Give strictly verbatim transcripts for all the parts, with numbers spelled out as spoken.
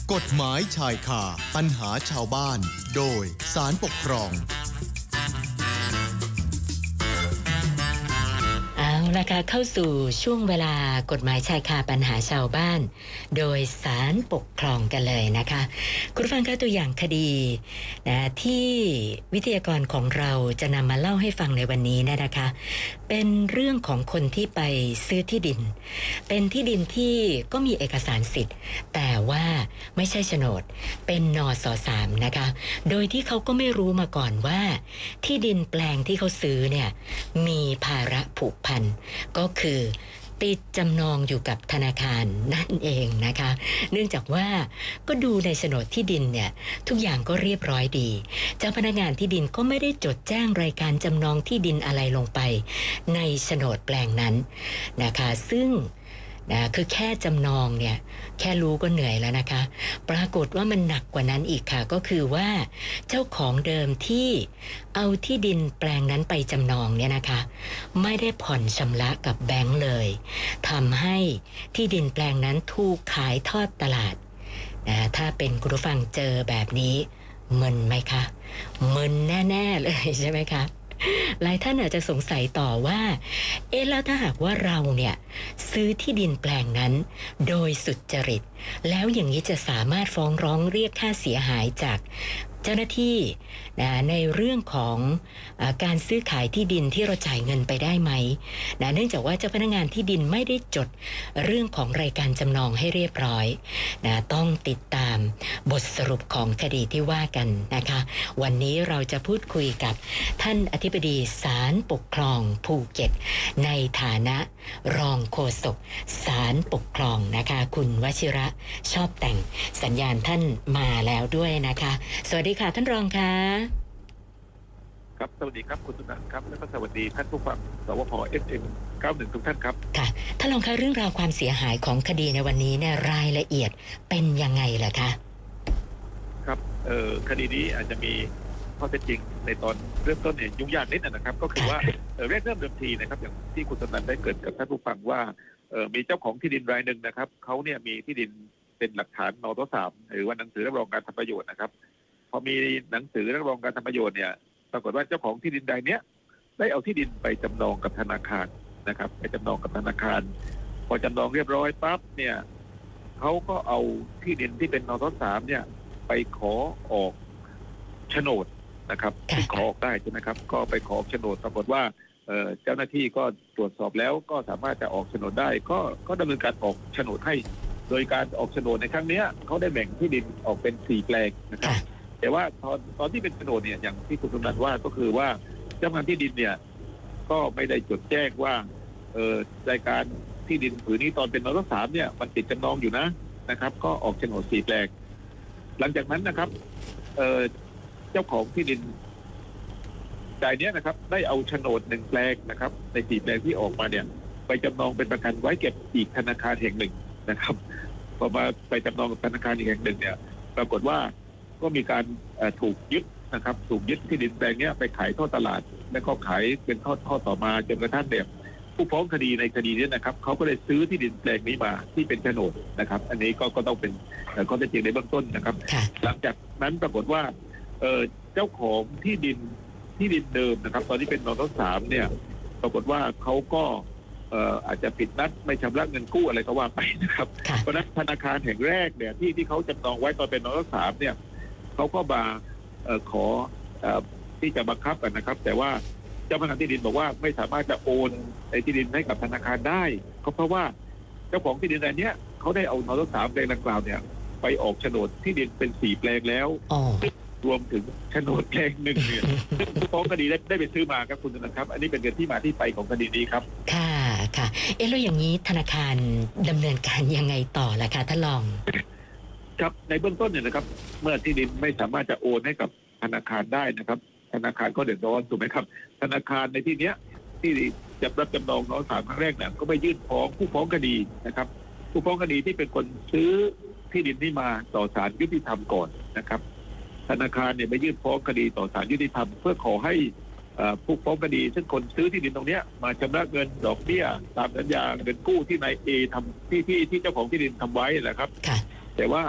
กฎหมายชายคาปัญหาชาวบ้านโดยศาลปกครองนะคะเข้าสู่ช่วงเวลากฎหมายชายคาปัญหาชาวบ้านโดยศาลปกครองกันเลยนะคะคุณผู้ฟังคะตัวอย่างคดีนะที่วิทยากรของเราจะนำมาเล่าให้ฟังในวันนี้นะนะคะเป็นเรื่องของคนที่ไปซื้อที่ดินเป็นที่ดินที่ก็มีเอกสารสิทธิ์แต่ว่าไม่ใช่โฉนดเป็นนสสามนะคะโดยที่เขาก็ไม่รู้มาก่อนว่าที่ดินแปลงที่เขาซื้อเนี่ยมีภาระผูกพันก็คือติดจำนองอยู่กับธนาคารนั่นเองนะคะเนื่องจากว่าก็ดูในโฉนดที่ดินเนี่ยทุกอย่างก็เรียบร้อยดีเจ้าพนักงานที่ดินก็ไม่ได้จดแจ้งรายการจำนองที่ดินอะไรลงไปในโฉนดแปลงนั้นนะคะซึ่งนะคือแค่จำนองเนี่ยแค่รู้ก็เหนื่อยแล้วนะคะปรากฏว่ามันหนักกว่านั้นอีกค่ะก็คือว่าเจ้าของเดิมที่เอาที่ดินแปลงนั้นไปจำนองเนี่ยนะคะไม่ได้ผ่อนชำระกับแบงก์เลยทำให้ที่ดินแปลงนั้นถูกขายทอดตลาดนะถ้าเป็นคุณผู้ฟังเจอแบบนี้มึนไหมคะมึนแน่ๆเลยใช่ไหมคะหลายท่านอาจจะสงสัยต่อว่าเอ๊ะแล้วถ้าหากว่าเราเนี่ยซื้อที่ดินแปลงนั้นโดยสุจริตแล้วอย่างนี้จะสามารถฟ้องร้องเรียกค่าเสียหายจากเจ้าหน้าที่นะในเรื่องของอาการซื้อขายที่ดินที่เราจ่ายเงินไปได้ไหมนะเนื่องจากว่าเจ้าพนักงานที่ดินไม่ได้จดเรื่องของรายการจำนองให้เรียบร้อยนะต้องติดตามบทสรุปของคดีที่ว่ากันนะคะวันนี้เราจะพูดคุยกับท่านอธิบดีศาลปกครองภูเก็ตในฐานะรองโฆษกศาลปกครองนะคะคุณวชิระชอบแต่งสัญญาณท่านมาแล้วด้วยนะคะสวัสดีค่ะท่านรองค่ะครับสวัสดีครับคุณสุนันท์ครับและก็สวัสดีท่านผู้ฟังสวพ เอฟ เอ็ม เก้าสิบเอ็ด ทุกท่านครับค่ะท่านรองคะเรื่องราวความเสียหายของคดีในวันนี้เนี่ยรายละเอียดเป็นยังไงล่ะคะครับเอ่อคดีนี้อาจจะมีข้อเท็จจริงในตอนเริ่มต้นเนี่ยยุ่งยากนิดนะครับก็คือว่าเริ่มเริ่มเดิมทีนะครับอย่างที่คุณสุนันท์ได้เกิดกับท่านผู้ฟังว่าเอ่อมีเจ้าของที่ดินรายหนึ่งนะครับเขาเนี่ยมีที่ดินเป็นหลักฐานนสสามหรือว่าหนังสือรับรองการทำประโยชน์นะครับพอมีหนังสือรับรองการทำประโยชน์เนี่ยปรากฏว่าเจ้าของที่ดินรายเนี้ยได้เอาที่ดินไปจำนองกับธนาคารนะครับไปจำนองกับธนาคารพอจำนองเรียบร้อยปั๊บเนี่ยเขาก็เอาที่ดินที่เป็นนสสามเนี่ยไปขอออกโฉนดนะครับที่ขอออกได้ใช่ไหมครับก็ไปขอโฉนดปรากฏว่าเจ้าหน้าที่ก็ตรวจสอบแล้วก็สามารถจะออกโฉนดได้ก็ก็ดำเนินการออกโฉนดให้โดยการออกโฉนดในครั้งนี้เขาได้แบ่งที่ดินออกเป็นสี่แปลงนะครับแต่ว่าตอนตอนที่เป็นโฉนดเนี่ยอย่างที่คุณสุนันท์ว่าก็คือว่าเจ้าหน้าที่ดินเนี่ยก็ไม่ได้จดแจ้งว่าเอ่อรายการที่ดินผืนนี้ตอนเป็นนสสามเนี่ยมันติดจำนองอยู่นะนะครับก็ออกโฉนดสี่แปลงหลังจากนั้นนะครับเอ่อเจ้าของที่ดินรายนี้นะครับได้เอาโฉนดหนึ่งแปลงนะครับในสี่แปลงที่ออกมาเนี่ยไปจำนองเป็นประกันไว้เก็บอีกธนาคารแห่งหนึ่งนะครับพอมาไปจำนองกับธนาคารอีกแห่งหนึ่งเนี่ยปรากฏว่าก็มีการถูกยึดนะครับถูกยึดที่ดินแปลงนี้ไปขายทอดตลาดและก็ขายเป็นทอดทอดต่อมาจนกระทั่งเนี่ยผู้ฟ้องคดีในคดีนี้นะครับเขาก็เลยซื้อที่ดินแปลงนี้มาที่เป็นโฉนดนะครับอันนี้ก็ก็ต้องเป็นข้อเท็จจริงในเบื้องต้นนะครับหลังจากนั้นปรากฏว่าเอ่อเจ้าของที่ดินที่ดินเดิมนะครับตอนที่เป็นนสสามเนี่ยปรากฏว่าเขาก็เอ่ออาจจะผิดนัดไม่ชำระเงินกู้อะไรก็ว่าไปนะครับเพราะนั้นธนาคารแห่งแรกเนี่ยที่ที่เขาจำนองไว้ตอนเป็นนสสามเนี่ยเขาก็มาเอ่อขอเอ่อที่จะบังคับกันนะครับแต่ว่าเจ้าพนักงานที่ดินบอกว่าไม่สามารถจะโอนไอ้ที่ดินให้กับธนาคารได้ก็เพราะว่าเจ้าของที่ดินรายนี้เขาได้เอานสสามแปลงดังกล่าวเนี่ยไปออกโฉนดที่ดินเป็นสี่แปลงแล้วรวมถึงโฉนดแปลงหนึ่งเนี่ยซึ่งผู้ฟ้องคดีได้ได้ไปซื้อมาครับคุณธนาครับอันนี้เป็นเรื่องที่มาที่ไปของคดีนี้ครับค่ะค่ะเอ๊ะแล้วอย่างนี้ธนาคารดำเนินการยังไงต่อล่ะคะท่านรองครับในเบื้องต้นเนี่ยนะครับเมื่อที่ดินไม่สามารถจะโอนให้กับธนาคารได้นะครับธนาคารก็เดือดร้อนถูกไหมครับธนาคารในที่เนี้ยที่จะรับจำนองนสสามครั้งแรกเนี่ยก็ไปยื่นฟ้องผู้ฟ้องคดีนะครับผู้ฟ้องคดีที่เป็นคนซื้อที่ดินนี้มาต่อศาลยุติธรรมก่อนนะครับธนาคารเนี่ยไปยื่นฟ้องคดีต่อศาลยุติธรรมเพื่อขอให้ผู้ฟ้องคดีซึ่งคนซื้อที่ดินตรงนี้มาชำระเงินดอกเบี้ยตามสัญญาเงินกู้ที่นายเอทำที่ที่ที่เจ้าของที่ดินทำไว้นะครับแต่ว่า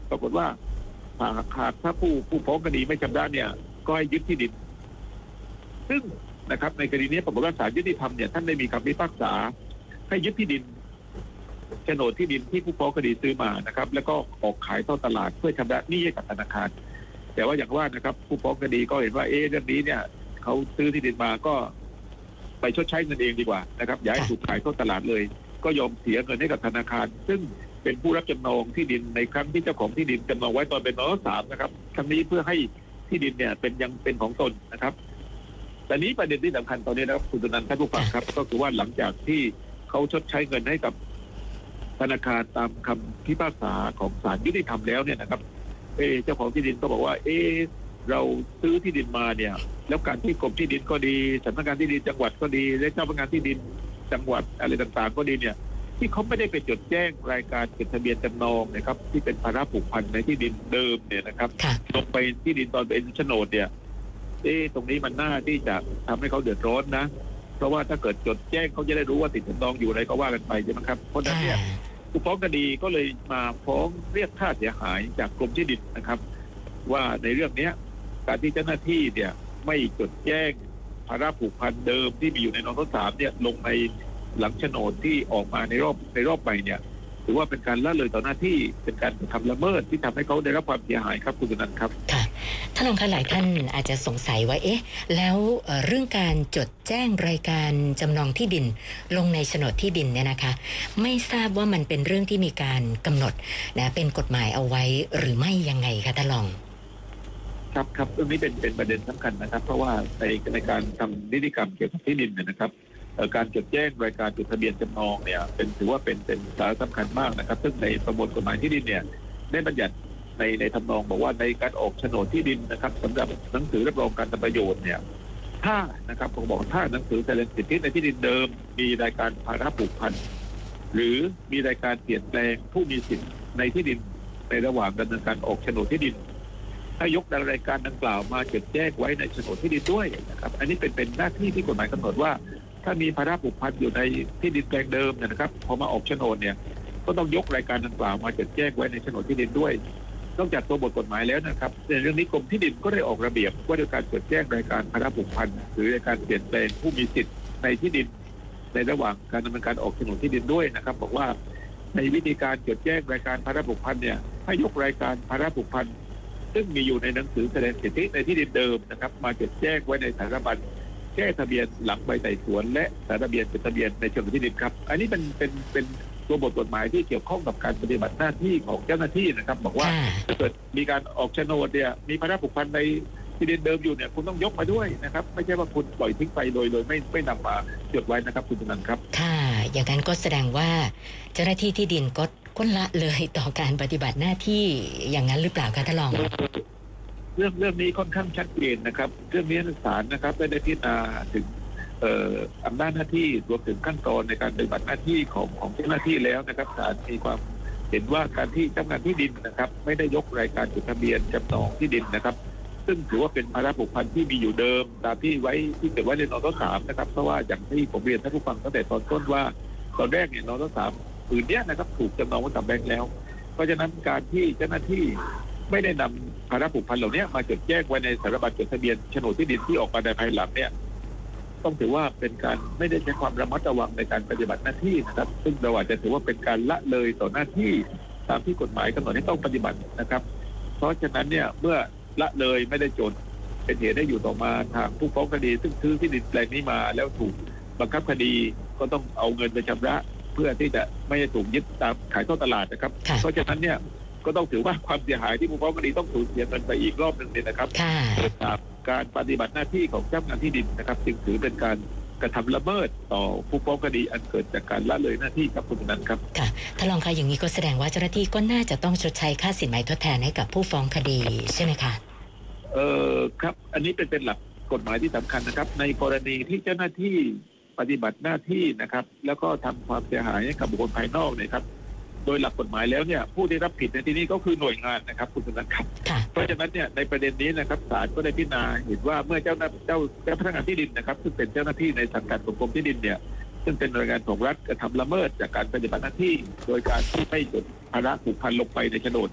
ปรากฏว่าหากหากถ้าผู้ผู้ฟ้องคดีไม่ชำระเนี่ยก็ให้ยึดที่ดินซึ่งนะครับในคดีนี้ปรากฏว่าศาลยุติธรรมเนี่ยท่านได้มีคำพิพากษาให้ยึดที่ดินโฉนดที่ดินที่ผู้ฟ้องคดีซื้อมานะครับแล้วก็ออกขายท่อตลาดเพื่อชำระหนี้ให้กับธนาคารแต่ว่าอย่างว่านะครับผู้ฟ้องคดีก็เห็นว่าเอ๊ะเรื่องนี้เนี่ยเขาซื้อที่ดินมาก็ไปชดใช้เงินเองดีกว่านะครับอย่าให้ถูกขายท่อตลาดเลยก็ยอมเสียเงินให้กับธนาคารซึ่งเป็นผู้รับจำนองที่ดินในครั้งที่เจ้าของที่ดินจำนองไว้ตอนเป็นน.สามนะครับครั้งนี้เพื่อให้ที่ดินเนี่ยเป็นยังเป็นของตนนะครับแต่นี้ประเด็นที่สำคัญตอนนี้นะครับคุณธนันท์ท่านผู้ฟังครับก็คือว่าหลังจากที่เขาชดใช้เงินให้กับธนาคารตามคำพิพากษาของศาลยุติธรรมแล้วเนี่ยนะครับเอเจ้าของที่ดินก็บอกว่าเอเราซื้อที่ดินมาเนี่ยแล้วการที่กรมที่ดินก็ดีสำนักงานที่ดินจังหวัดก็ดีและเจ้าพนักงานที่ดินจังหวัดอะไรต่างๆก็ดีเนี่ยที่เขาไม่ได้ไปจดแจ้งรายการจดทะเบียนจำนองนะครับที่เป็นภาระผูกพันในที่ดินเดิมเนี่ยนะครับลงไปที่ดินตอนเป็นโฉนดเนี่ยเอ๊ะตรงนี้มันน่าที่จะทำให้เขาเดือดร้อนนะเพราะว่าถ้าเกิดจดแจ้งเขาจะได้รู้ว่าติดจำนองอยู่อะไรก็ว่ากันไปใช่ไหมครับเพราะฉะนั้นเนี่ยผู้ฟ้องคดีก็เลยมาฟ้องเรียกค่าเสียหายจากกรมที่ดินนะครับว่าในเรื่องนี้การที่เจ้าหน้าที่เนี่ยไม่จดแจ้งภาระผูกพันเดิมที่มีอยู่ในน.สามเนี่ยลงในหลังโฉนดที่ออกมาในรอบในรอบใหม่เนี่ยถือว่าเป็นการละเลยต่อหน้าที่เป็นการทำละเมิดที่ทำให้เขาได้รับความเสียหายครับคุณธนันท์ครับค่ะท่านรองคะหลายท่านอาจจะสงสัยว่าเอ๊ะแล้วเรื่องการจดแจ้งรายการจำนองที่ดินลงในโฉนดที่ดินเนี่ยนะคะไม่ทราบว่ามันเป็นเรื่องที่มีการกำหนดนะเป็นกฎหมายเอาไว้หรือไม่ยังไงคะท่านรองครับครับเรื่องนี้เป็นเป็นประเด็นสำคัญนะครับเพราะว่าในในการทำนิติกรรมเกี่ยวกับที่ดินเนี่ยนะครับการจดแจ้งรายการจดทะเบียนจำนองเนี่ยเป็นถือว่าเป็นเป็นสาระสำคัญมากนะครับซึ่งในประมวลกฎหมายที่ดินเนี่ยได้บัญญัติในในทำนองบอกว่าในการออกโฉนดที่ดินนะครับสำหรับหนังสือรับรองการทำประโยชน์เนี่ยถ้านะครับผมบอกถ้าหนังสือแสดงสิทธิในที่ดินเดิมมีรายการภาระผูกพันหรือมีรายการเปลี่ยนแปลงผู้มีสิทธิในที่ดินในระหว่างดำเนินการออกโฉนดที่ดินถ้ายกรายการดังกล่าวมาจดแจ้งไว้ในโฉนดที่ดินด้วยนะครับอันนี้เป็นเป็นหน้าที่ที่กฎหมายกำหนดว่าถ้ามีภาระผูกพันอยู่ในที่ดินแปลงเดิมนะครับพอมาออกโฉนดเนี่ยก็ต้องยกรายการดังกล่าวมาจดแจ้งไว้ในโฉนดที่ดินด้วยนอกจากตัวบทกฎหมายแล้วนะครับในเรื่องนี้กรมที่ดินก็ได้ออกระเบียบว่าด้วยการจดแจ้งรายการภาระผูกพันหรือรายการเปลี่ยนแปลงผู้มีสิทธิ์ในที่ดินในระหว่างการดำเนินการออกโฉนดที่ดินด้วยนะครับบอกว่าในวิธีการจดแจ้งรายการภาระผูกพันเนี่ยให้ยกรายการภาระผูกพันซึ่งมีอยู่ในหนังสือแสดงสิทธิในที่ดินเดิมนะครับมาจดแจ้งไว้ในสารบัญแก้ทะเบียนหลังใบไต่สวนและสารทะเบียนเป็นทะเบียนในโฉนดที่ดินครับอันนี้เป็นเป็นเป็นตัวบทกฎหมายที่เกี่ยวข้องกับการปฏิบัติหน้าที่ของเจ้าหน้าที่นะครับบอกว่าถ้าเกิดมีการออกโฉนดเนี่ยมีภาระผูกพันในที่ดินเดิมอยู่เนี่ยคุณต้องยกมาด้วยนะครับไม่ใช่ว่าคุณปล่อยทิ้งไปโดยโดยไม่ไม่นำมาจดไว้นะครับคุณธนันท์ครับค่ะอย่างนั้นก็แสดงว่าเจ้าหน้าที่ที่ดินก็ก็ละเลยต่อการปฏิบัติหน้าที่อย่างนั้นหรือเปล่าคะท่านรองเรื่องเรื่องนี้ค่อนข้างชัดเจนนะครับเรื่องนี้ศาลนะครับได้ได้พิจารณาถึงอำนาจหน้าที่รวมถึงขั้นตอนในการปฏิบัติหน้าที่ของของเจ้าหน้าที่แล้วนะครับศาลมีความเห็นว่าการที่เจ้าหน้าที่ดินนะครับไม่ได้ยกรายการจดทะเบียนจำนองที่ดินนะครับซึ่งถือว่าเป็นภาระผูกพันที่มีอยู่เดิมตามที่ไว้ที่เกิดไว้ในน.สามนะครับเพราะว่าอย่างที่ผมเรียนท่านผู้ฟังตั้งแต่ตอนต้นว่าตอนแรกเนี่ยน.สามผืนนี้นะครับถูกจำนองไว้กับแบงค์แล้วเพราะฉะนั้นการที่เจ้าหน้าที่ไม่ได้นำภาระผูกพันเหล่านี้มาจดแจ้งไว้ในสารบัญจดทะเบียนโฉนดที่ดินที่ออกมาในภายหลังเนี่ยต้องถือว่าเป็นการไม่ได้ใช้ความระมัดระวังในการปฏิบัติหน้าที่นะครับซึ่งเราอาจจะถือว่าเป็นการละเลยต่อหน้าที่ตามที่กฎหมายกำหนดให้ต้องปฏิบัตินะครับเพราะฉะนั้นเนี่ยเมื่อละเลยไม่ได้จดเป็นเหตุได้อยู่ต่อมาทางผู้ฟ้องคดีซึ่งซื้อที่ดินแปลงนี้มาแล้วถูกบังคับคดีก็ต้องเอาเงินไปชำระเพื่อที่จะไม่ให้ถูกยึดตามขายทอดตลาดนะครับเพราะฉะนั้นเนี่ยก็ต้องถือว่าความเสียหายที่ผู้ฟ้องคดีต้องสูญเสียเงินไปอีกรอบหนึ่งเนี่ยนะครับจากการปฏิบัติหน้าที่ของเจ้าหน้าที่ดินนะครับจึงถือเป็นการกระทำละเมิดต่อผู้ฟ้องคดีอันเกิดจากการละเลยหน้าที่ครับคุณนันท์ครับค่ะท่านรองคะอย่างนี้ก็แสดงว่าเจ้าหน้าที่ก็น่าจะต้องชดใช้ค่าสินไหมทดแทนให้กับผู้ฟ้องคดีใช่ไหมคะเออครับอันนี้เป็นเป็นหลักกฎหมายที่สำคัญนะครับในกรณีที่เจ้าหน้าที่ปฏิบัติหน้าที่นะครับแล้วก็ทำความเสียหายให้กับบุคคลภายนอกเนี่ยครับโดยหลักกฎหมายแล้วเนี่ยผู้ที่รับผิดในที่นี้ก็คือหน่วยงานนะครับคุณธนันท์ครับเพราะฉะนั้นเนี่ยในประเด็นนี้นะครับศาลก็ได้พิจารณาเห็นว่าเมื่อเจ้าหน้าเจ้าเจ้าพนักงานที่ดินนะครับซึ่งเป็นเจ้าหน้าที่ในสังกัดของกรมที่ดินเนี่ยซึ่งเป็นหน่วยงานของรัฐกระทำละเมิดจากการปฏิบัติหน้าที่โดยการที่ไม่จดภาระผูกพันลงไปในโฉนดเนี่ย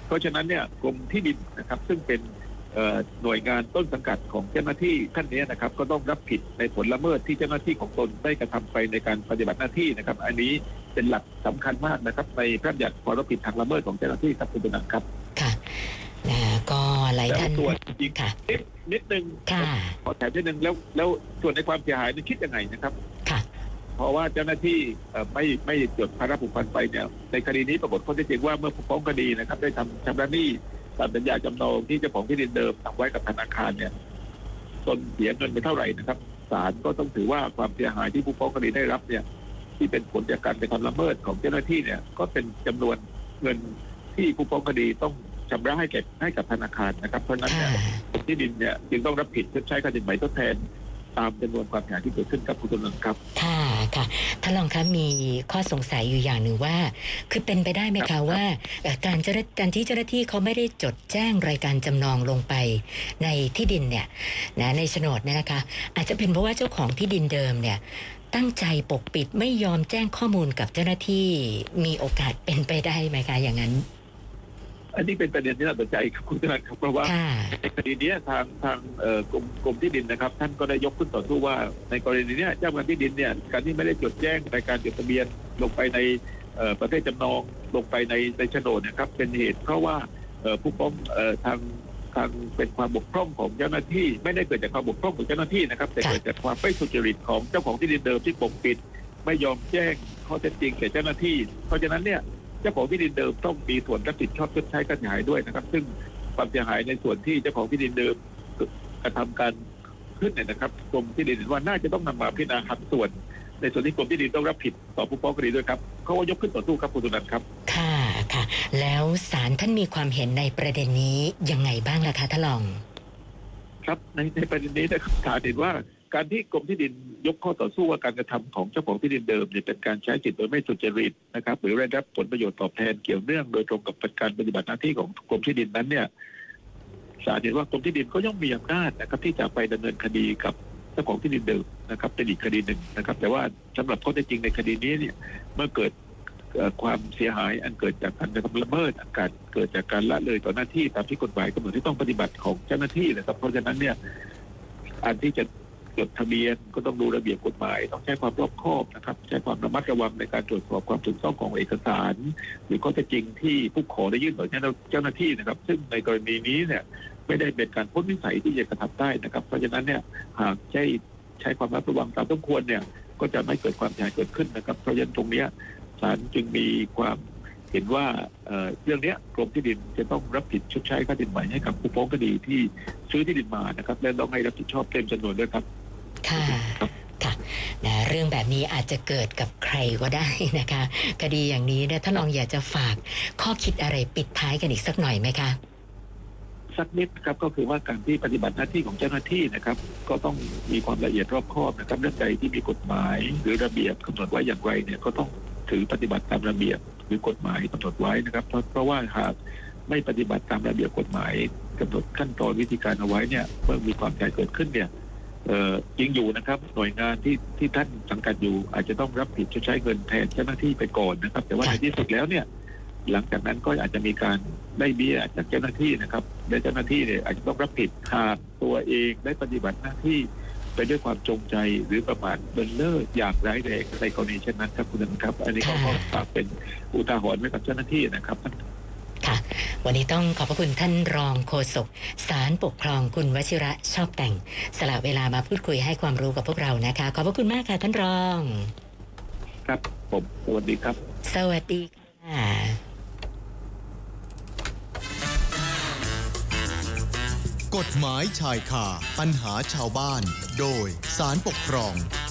เพราะฉะนั้นเนี่ยกรมที่ดินนะครับซึ่งเป็นหน่วยงานต้นสังกัดของเจ้าหน้าที่ท่านนี้นะครับก็ต้องรับผิดในผลละเมิดที่เจ้าหน้าที่ของตนได้กระทำไปในการปฏิบัติหน้าที่นะครับอันนี้เป็นหลักสำคัญมากนะครับในพระราชบัญญัติความรับผิดทางละเมิดของเจ้าหน้าที่ครับคุณผู้ชมครับค่ะนะก็หลายท่านส่วนอีกนิดนิดนึงขอแถมนิดนึงแล้วแล้วส่วนในความเสียหายนี่คิดยังไงนะครับค่ะเพราะว่าเจ้าหน้าที่ไม่ไม่จดภาระผูกพันไปเนี่ยในคดีนี้ปรากฏข้อเท็จจริงว่าเมื่อผู้ฟ้องคดีนะครับได้ทำชำระหนี้ตามสัญญาจำนองที่เจ้าของที่ดินเดิมทำไว้กับธนาคารเนี่ยตนเสียเงินไปเท่าไหร่นะครับศาลก็ต้องถือว่าความเสียหายที่ผู้ฟ้องคดีได้รับเนี่ยที่เป็นผลจากการกระทำละเมิดของเจ้าหน้าที่เนี่ยก็เป็นจำนวนเงินที่ผู้ฟ้องคดีต้องชำระให้เก็บให้กับธนาคารนะครับเพราะนั้นเนี่ยที่ดินเนี่ยจึงต้องรับผิดชดใช้ค่าสินไหมทดแทนตามจำนวนความเสียหายที่เกิดขึ้นกับผู้ดำเนินครับค่ะค่ะท่านรองคะมีข้อสงสัยอยู่อย่างหนึ่งว่าคือเป็นไปได้ไหมคะว่าการเจ้าการที่เจ้าหน้าที่เขาไม่ได้จดแจ้งรายการจำนองลงไปในที่ดินเนี่ยนะในโฉนดเนี่ยนะคะอาจจะเป็นเพราะว่าเจ้าของที่ดินเดิมเนี่ยตั้งใจปกปิดไม่ยอมแจ้งข้อมูลกับเจ้าหน้าที่มีโอกาสเป็นไปได้ไหมคะอย่างนั้นอันนี้เป็นประเด็นที่น่าสนใจครับคุณธนาครับเพราะว่าในคดีนี้ทางทางกรมกรมที่ดินนะครับท่านก็ได้ยกขึ้นต่อสู้ว่าในกรณีนี้เจ้าของที่ดินเนี่ยการที่ไม่ได้จดแจ้งในการจดทะเบียนลงไปในประเภทจำนองลงไปในในโฉนดนะครับเป็นเหตุเพราะว่าผู้ฟ้องทางทางเป็นความบกพร่องของเจ้าหน้าที่ไม่ได้เกิดจากความบกพร่องของเจ้าหน้าที่นะครับแต่เกิดจากความไม่สุจริตของเจ้าของที่ดินเดิมที่ปกปิดไม่ยอมแจ้งข้อเท็จจริงแก่เจ้าหน้าที่เพราะฉะนั้นเนี่ยเจ้าของที่ดินเดิมต้องมีส่วนรับผิดชอบชดใช้ค่าเสียหายด้วยนะครับซึ่งความเสียหายในส่วนที่เจ้าของที่ดินเดิมกระทำการขึ้นเนี่ยนะครับกรมที่ดินว่าน่าจะต้องนำมาพิจารณาหักส่วนในส่วนที่กรมที่ดินต้องรับผิดต่อผู้ฟ้องคดีด้วยครับเขาก็ยกขึ้นต่อสู้ครับคุณตุนันท์ครับค่ะค่ะแล้วศาลท่านมีความเห็นในประเด็นนี้ยังไงบ้างล่ะคะท่านรองครับในในประเด็นนี้นะครับศาลเห็นว่าการที่กรมที่ดินยกข้อต่อสู้ว่าการกระทำของเจ้าของที่ดินเดิมเนี่ยเป็นการใช้สิทธิโดยไม่สุจริตนะครับหรือได้รับผลประโยชน์ตอบแทนเกี่ยวเนื่องโดยตรงกับการปฏิบัติหน้าที่ของกรมที่ดินนั้นเนี่ยศาลเห็นว่ากรมที่ดินก็ย่อมมีอำนาจนะครับที่จะไปดำเนินคดีกับเจ้าของที่ดินเดิมนะครับเป็นอีกคดีหนึ่งนะครับแต่ว่าสำหรับข้อเท็จจริงในคดีนี้เนี่ยเมื่อเกิดความเสียหายอันเกิดจากการกระทำละเมิดอันเกิดจากการละเลยต่อหน้าที่ตามที่กฎหมายกำหนดที่ต้องปฏิบัติของเจ้าหน้าที่นะครับเพราะฉะนั้นเนี่ยอันที่จะจดทะเบียนก็ต้องดูระเบียบกฎหมายต้องใช้ความรอบคอบนะครับใช้ความระมัดระวังในการตรวจสอบความถูกต้องของเอกสารหรือข้อเท็จจริงที่ผู้ขอได้ยื่นต่อเจ้าหน้าที่นะครับซึ่งในกรณีนี้เนี่ยไม่ได้เป็นการพ้นวิสัยที่จะกระทำได้นะครับเพราะฉะนั้นเนี่ยหากใช้ใช้ความระมัดระวังตามต้องควรเนี่ยก็จะไม่เกิดความเสียหายเกิดขึ้นนะครับเพราะฉะนั้นตรงนี้ศาลจึงมีความเห็นว่า เ, เรื่องนี้กรมที่ดินจะต้องรับผิดชดใช้ค่าสินไหมให้กับผู้ฟ้องคดีที่ซื้อที่ดินมานะครับและต้องให้รับผิดชอบเต็มจำนวนด้วยครับค่ะค่ะนะเรื่องแบบนี้อาจจะเกิดกับใครก็ได้นะคะคดีอย่างนี้เนี่ยท่านรองอยากจะฝากข้อคิดอะไรปิดท้ายกันอีกสักหน่อยไหมคะสักนิดครับก็คือว่าการที่ปฏิบัติหน้าที่ของเจ้าหน้าที่นะครับก็ต้องมีความละเอียดรอบคอบนะครับเรื่องใดที่มีกฎหมายหรือระเบียบกำหนดไว้อย่างไรเนี่ยก็ต้องถือปฏิบัติตามระเบียบหรือกฎหมายกำหนดไว้นะครับเพราะเพราะว่าหากไม่ปฏิบัติตามระเบียบกฎหมายกำหนดขั้นตอนวิธีการเอาไว้เนี่ยเมื่อมีความเสียหายเกิดขึ้นเนี่ยเอ่อจริงอยู่นะครับหน่วยงานที่ที่ท่านสังกัดอยู่อาจจะต้องรับผิดชดใช้เงินแทนเจ้าหน้าที่ไปก่อนนะครับแต่ว่าในที่สุดแล้วเนี่ยหลังจากนั้นก็อาจจะมีการได้เบี้ยจากเจ้าหน้าที่นะครับและเจ้าหน้าที่เนี่ยอาจจะต้องรับผิดหากตัวเองได้ปฏิบัติหน้าที่ไปด้วยความจงใจหรือประมาทเลินเล่ออย่างร้ายแรงในกรณีเช่นนั้นครับคุณนันท์ครับอันนี้ก็ขอฝากเป็นอุทาหรณ์ไว้กับเจ้าหน้าที่นะครับค่ะวันนี้ต้องขอบพระคุณท่านรองโฆษกศาลปกครองคุณวชิระชอบแต่งสละเวลามาพูดคุยให้ความรู้กับพวกเรานะคะขอบพระคุณมากค่ะท่านรองครับผมสวัสดีครับสวัสดีค่ะกฎหมายชายคาปัญหาชาวบ้านโดยศาลปกครอง